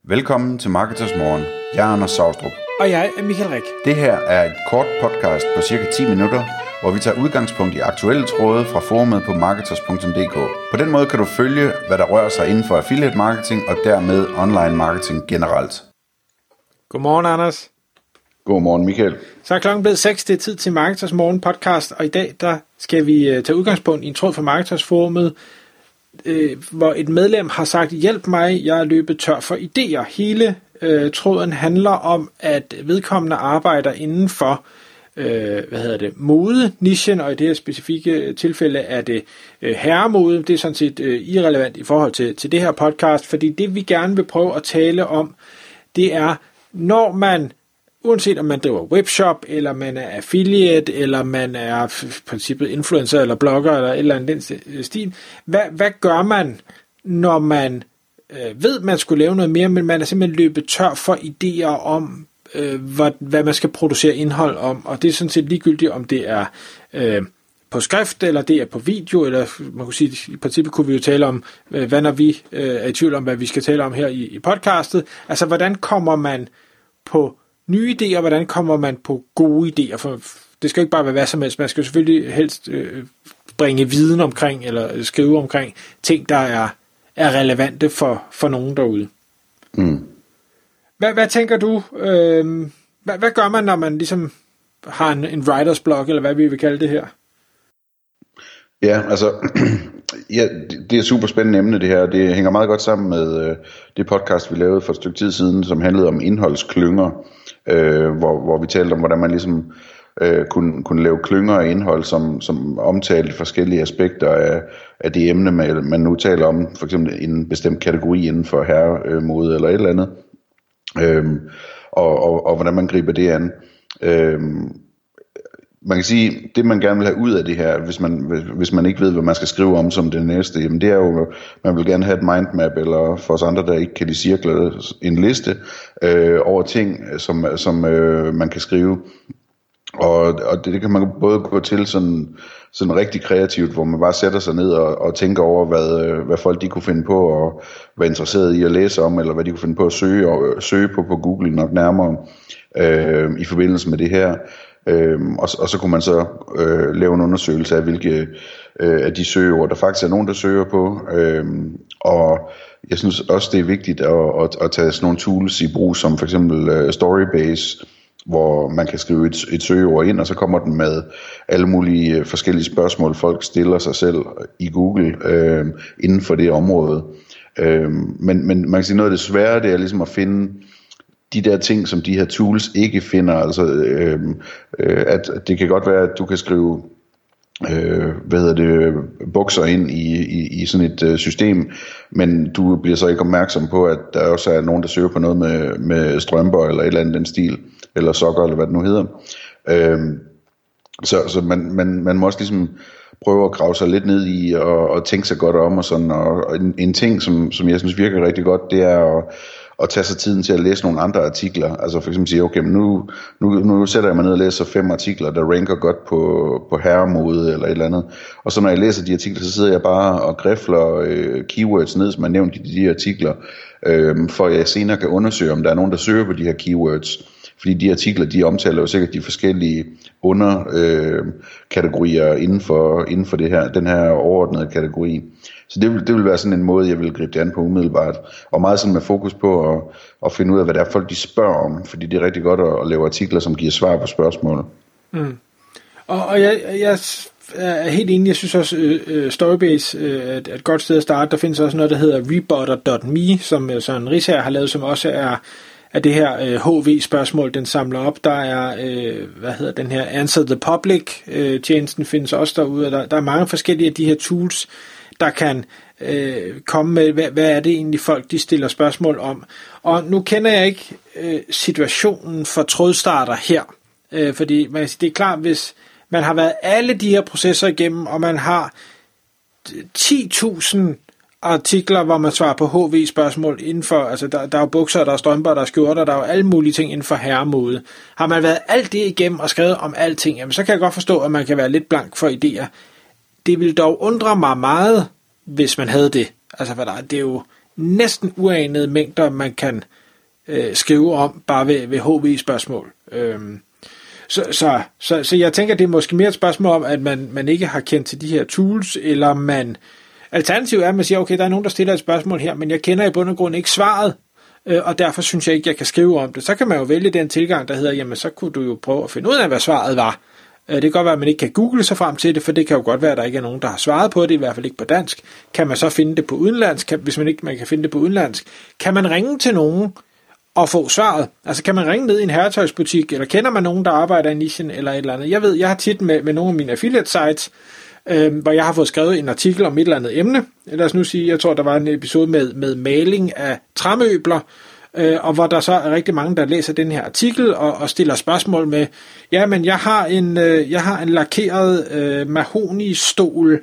Velkommen til Marketers Morgen. Jeg er Anders Saustrup. Og jeg er Michael Rik. Det her er et kort podcast på cirka 10 minutter, hvor vi tager udgangspunkt i aktuelle tråde fra forumet på marketers.dk. På den måde kan du følge, hvad der rører sig inden for affiliate marketing og dermed online marketing generelt. Godmorgen, Anders. Godmorgen, Michael. Så er klokken blevet 6, det er tid til Marketers Morgen podcast, og i dag der skal vi tage udgangspunkt i en tråd fra Marketers forumet, hvor et medlem har sagt, hjælp mig, jeg er løbet tør for idéer. Hele tråden handler om, at vedkommende arbejder inden for mode-nichen, og i det her specifikke tilfælde er det herremode. Det er sådan set irrelevant i forhold til det her podcast, fordi det vi gerne vil prøve at tale om, det er, når man, uanset om man driver webshop, eller man er affiliate, eller man er i princippet influencer, eller blogger, eller et eller andet den stil, hvad gør man, når man ved, man skulle lave noget mere, men man er simpelthen løbet tør for idéer om, hvad man skal producere indhold om, og det er sådan set ligegyldigt, om det er på skrift, eller det er på video, eller man kunne sige, i princippet kunne vi jo tale om, hvad når vi er i tvivl om, hvad vi skal tale om her i podcastet. Altså, hvordan kommer man på nye idéer, hvordan kommer man på gode idéer? For det skal ikke bare være hvad som helst, man skal selvfølgelig helst bringe viden omkring, eller skrive omkring ting, der er relevante for nogen derude. Mm. Hvad tænker du? Hvad gør man, når man ligesom har en writers blog, eller hvad vi vil kalde det her? Ja, altså, ja, det er et super spændende emne det her. Det hænger meget godt sammen med det podcast, vi lavede for et stykke tid siden, som handlede om indholdsklynger, hvor vi talte om, hvordan man ligesom kunne lave klynger af indhold, som omtalte forskellige aspekter af det emne, man nu taler om, for eksempel en bestemt kategori inden for herremode eller et eller andet, og hvordan man griber det an. Man kan sige, det man gerne vil have ud af det her, hvis man ikke ved, hvad man skal skrive om som det næste, jamen det er jo, man vil gerne have et mindmap, eller for os andre, der ikke kan lide cirkler, en liste over ting, som man kan skrive. Og det kan man både gå til sådan rigtig kreativt, hvor man bare sætter sig ned og tænker over, hvad folk de kunne finde på, og være interesseret i at læse om, eller hvad de kunne finde på at søge på Google nok nærmere i forbindelse med det her. Og så kunne man så lave en undersøgelse af, hvilke af de søgeord, der faktisk er nogen, der søger på. Og jeg synes også, det er vigtigt at tage sådan nogle tools i brug, som for eksempel Storybase, hvor man kan skrive et søgeord ind, og så kommer den med alle mulige forskellige spørgsmål, folk stiller sig selv i Google inden for det område. Men man kan sige, noget af det svære, det er ligesom at finde de der ting, som de her tools ikke finder. Altså, at det kan godt være, at du kan skrive bukser ind i sådan et system, men du bliver så ikke opmærksom på, at der også er nogen, der søger på noget med strømper eller et eller andet den stil, eller sokker, eller hvad det nu hedder. Så man må også ligesom prøve at grave sig lidt ned i og tænke sig godt om og sådan, og en ting, som jeg synes virker rigtig godt, det er at tage sig tiden til at læse nogle andre artikler. Altså for eksempel sige, okay, men nu sætter jeg mig ned og læser 5 artikler, der ranker godt på herremode eller et eller andet. Og så når jeg læser de artikler, så sidder jeg bare og grifler keywords ned, som er nævnt i de artikler, for at jeg senere kan undersøge, om der er nogen, der søger på de her keywords. Fordi de artikler, de omtaler jo sikkert de forskellige underkategorier inden for det her, den her overordnede kategori. Så det vil være sådan en måde, jeg vil gribe det an på umiddelbart. Og meget sådan med fokus på at finde ud af, hvad det er folk de spørger om. Fordi det er rigtig godt at lave artikler, som giver svar på spørgsmål. Mm. Og jeg er helt enig. Jeg synes også, Storybase er et godt sted at starte. Der findes også noget, der hedder Rebutter.me, som Søren Risager har lavet, som også er det her HV-spørgsmål, den samler op. Der er, den her Answer the Public-tjenesten findes også derude. Og der er mange forskellige af de her tools, der kan komme med, hvad er det egentlig folk, de stiller spørgsmål om. Og nu kender jeg ikke situationen for trådstarter her, fordi det er klart, hvis man har været alle de her processer igennem, og man har 10.000 artikler, hvor man svarer på HV-spørgsmål indenfor, altså der er jo bukser, der er strømper, der er skjorter, der er jo alle mulige ting inden for herremode. Har man været alt det igennem og skrevet om alting, jamen så kan jeg godt forstå, at man kan være lidt blank for idéer. Det vil dog undre mig meget, hvis man havde det. Altså, det er jo næsten uanede mængder, man kan skrive om bare ved HV-spørgsmål. Så jeg tænker, det er måske mere et spørgsmål om, at man ikke har kendt til de her tools, eller man... Alternativet er, at man siger, okay, der er nogen, der stiller et spørgsmål her, men jeg kender i bund og grund ikke svaret, og derfor synes jeg ikke, jeg kan skrive om det. Så kan man jo vælge den tilgang, der hedder, jamen så kunne du jo prøve at finde ud af, hvad svaret var. Det kan godt være, at man ikke kan google sig frem til det, for det kan jo godt være, at der ikke er nogen, der har svaret på det, i hvert fald ikke på dansk. Kan man så finde det på udenlandsk? Hvis man ikke kan finde det på udenlandsk, kan man ringe til nogen og få svaret? Altså kan man ringe ned i en herretøjsbutik, eller kender man nogen, der arbejder i nichen, eller et eller andet? Jeg ved, jeg har tit med nogle af mine affiliate sites, hvor jeg har fået skrevet en artikel om et eller andet emne. Lad os nu sige, jeg tror, der var en episode med maling af træmøbler, og hvor der så er rigtig mange, der læser den her artikel og stiller spørgsmål med, ja, men jeg har en lakeret mahogni-stol,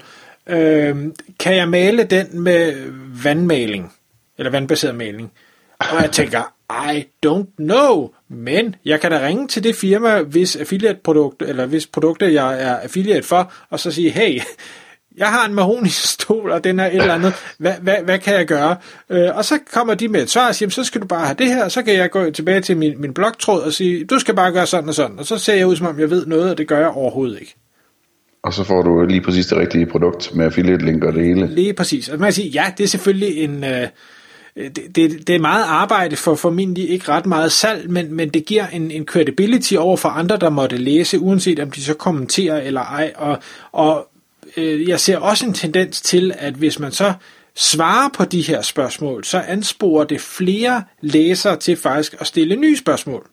kan jeg male den med vandmaling, eller vandbaseret maling? Og jeg tænker, I don't know, men jeg kan da ringe til det firma, hvis affiliate-produkt, eller hvis produkter jeg er affiliate for, og så sige, hey, jeg har en mahogni-stol, og den er et eller andet, hvad kan jeg gøre? Og så kommer de med et svar og siger, så skal du bare have det her, og så kan jeg gå tilbage til min blogtråd og sige, du skal bare gøre sådan og sådan, og så ser jeg ud, som om jeg ved noget, og det gør jeg overhovedet ikke. Og så får du lige præcis det rigtige produkt med affiliate-link og det hele. Lige præcis. Og man kan sige, ja, det er selvfølgelig en... Det er meget arbejde for formentlig ikke ret meget salg, men det giver en credibility over for andre, der måtte læse, uanset om de så kommenterer eller ej. Og jeg ser også en tendens til, at hvis man så svarer på de her spørgsmål, så ansporer det flere læsere til faktisk at stille nye spørgsmål.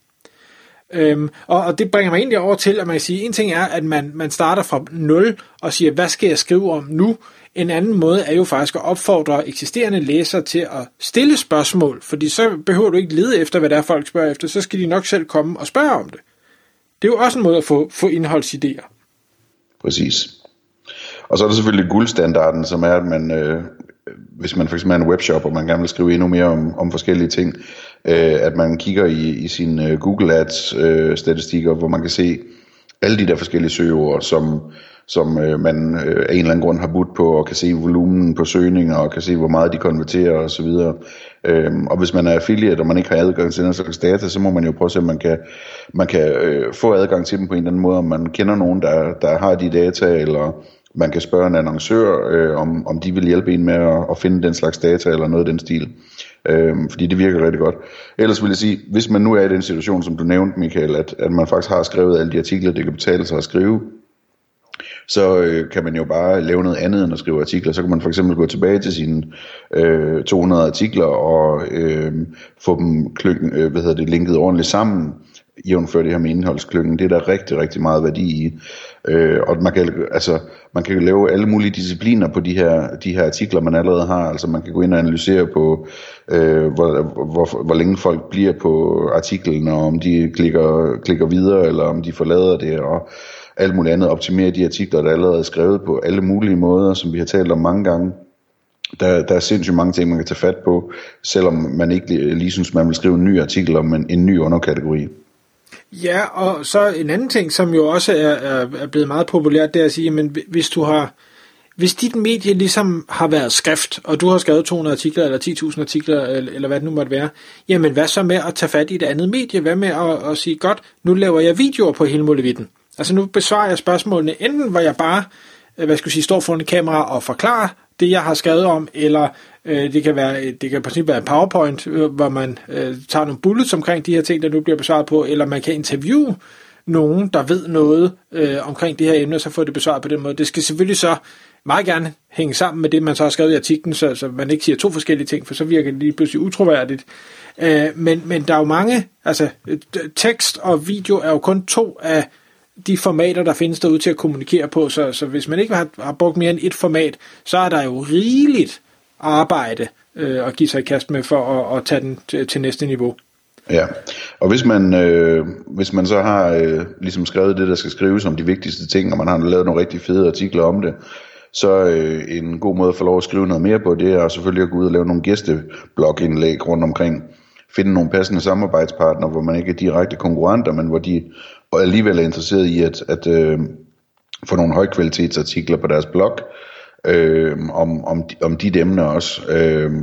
Og det bringer mig egentlig over til, at man kan sige, en ting er, at man starter fra 0 og siger, hvad skal jeg skrive om nu? En anden måde er jo faktisk at opfordre eksisterende læsere til at stille spørgsmål, fordi så behøver du ikke lede efter, hvad der er folk spørger efter, så skal de nok selv komme og spørge om det. Det er jo også en måde at få indholdsidéer. Præcis. Og så er der selvfølgelig guldstandarden, som er, at man, hvis man for eksempel er en webshop, og man gerne vil skrive endnu mere om forskellige ting, at man kigger i sine Google Ads statistikker, hvor man kan se alle de der forskellige søgeord, som man af en eller anden grund har budt på, og kan se volumen på søgninger, og kan se, hvor meget de konverterer osv. Og hvis man er affiliate, og man ikke har adgang til den slags data, så må man jo prøve at se, om man kan få adgang til dem på en eller anden måde, om man kender nogen, der har de data, eller man kan spørge en annoncør, om de vil hjælpe en med at finde den slags data, eller noget af den stil. Fordi det virker rigtig godt. Ellers vil jeg sige, hvis man nu er i den situation, som du nævnte, Michael, at man faktisk har skrevet alle de artikler, det kan betale sig at skrive, så kan man jo bare lave noget andet end at skrive artikler. Så kan man for eksempel gå tilbage til sine 200 artikler og få dem linket ordentligt sammen, jævnfør det her med indholdsklyngen. Det er der rigtig, rigtig meget værdi i. Og man kan jo lave alle mulige discipliner på de her artikler, man allerede har. Altså man kan gå ind og analysere på, hvor længe folk bliver på artiklen, og om de klikker videre, eller om de forlader det, og alt muligt andet. Optimere de artikler, der allerede er skrevet på alle mulige måder, som vi har talt om mange gange. Der er sindssygt mange ting, man kan tage fat på, selvom man ikke lige synes, man vil skrive en ny artikel om en ny underkategori. Ja, og så en anden ting, som jo også er blevet meget populært, det er at sige, men hvis dit medie ligesom har været skrift, og du har skrevet 200 artikler, eller 10.000 artikler, eller hvad det nu måtte være, jamen hvad så med at tage fat i et andet medie? Hvad med at sige, godt, nu laver jeg videoer på hele muligheden. Altså nu besvarer jeg spørgsmålene, enten hvor jeg bare, står foran et kamera og forklarer det, jeg har skrevet om, eller det kan i princippet være en PowerPoint, hvor man tager nogle bullets omkring de her ting, der nu bliver besvaret på, eller man kan interviewe nogen, der ved noget omkring det her emne, og så får det besvaret på den måde. Det skal selvfølgelig så meget gerne hænge sammen med det, man så har skrevet i artiklen, så man ikke siger to forskellige ting, for så virker det lige pludselig utroværdigt. Men der er jo mange, altså tekst og video er jo kun 2 af de formater, der findes derude til at kommunikere på, så hvis man ikke har brugt mere end et format, så er der jo rigeligt arbejde at give sig i kast med for at tage den til næste niveau. Ja, og hvis man så har ligesom skrevet det, der skal skrives om de vigtigste ting, og man har lavet nogle rigtig fede artikler om det, så en god måde at få lov at skrive noget mere på, det er selvfølgelig at gå ud og lave nogle gæsteblogindlæg rundt omkring. Finde nogle passende samarbejdspartnere, hvor man ikke er direkte konkurrenter, men hvor de alligevel er interesseret i at få nogle højkvalitetsartikler på deres blog, om de emner også.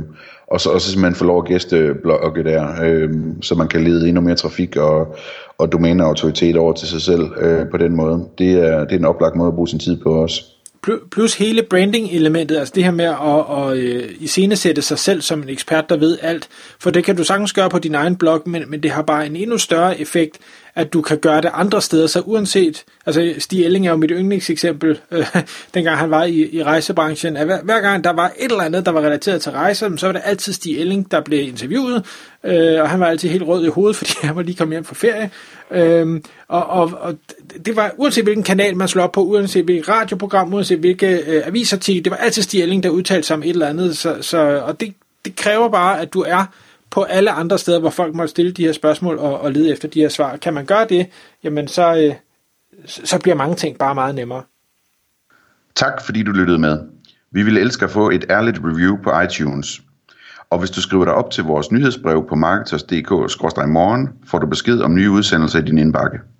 og så simpelthen få lov at gæsteblogge der, så man kan lede endnu mere trafik og domæneautoritet over til sig selv på den måde. Det er en oplagt måde at bruge sin tid på også. Plus hele branding-elementet, altså det her med at iscenesætte sig selv som en ekspert, der ved alt. For det kan du sagtens gøre på din egen blog, men det har bare en endnu større effekt, at du kan gøre det andre steder. Så uanset, altså Stig Elling er jo mit yndlingseksempel, dengang han var i rejsebranchen, at hver gang der var et eller andet, der var relateret til rejser, så var det altid Stig Elling, der blev interviewet, og han var altid helt rød i hovedet, fordi han var lige kommet hjem fra ferie. Og det var, uanset hvilken kanal man slog op på, uanset hvilket radioprogram, uanset hvilke avisartikel, det var altid Stig Elling, der udtalte sig om et eller andet, og det kræver bare, at du er på alle andre steder, hvor folk må stille de her spørgsmål og lede efter de her svar. Kan man gøre det, jamen så bliver mange ting bare meget nemmere. Tak fordi du lyttede med. Vi ville elske at få et ærligt review på iTunes. Og hvis du skriver dig op til vores nyhedsbrev på marketers.dk/morgen, får du besked om nye udsendelser i din indbakke.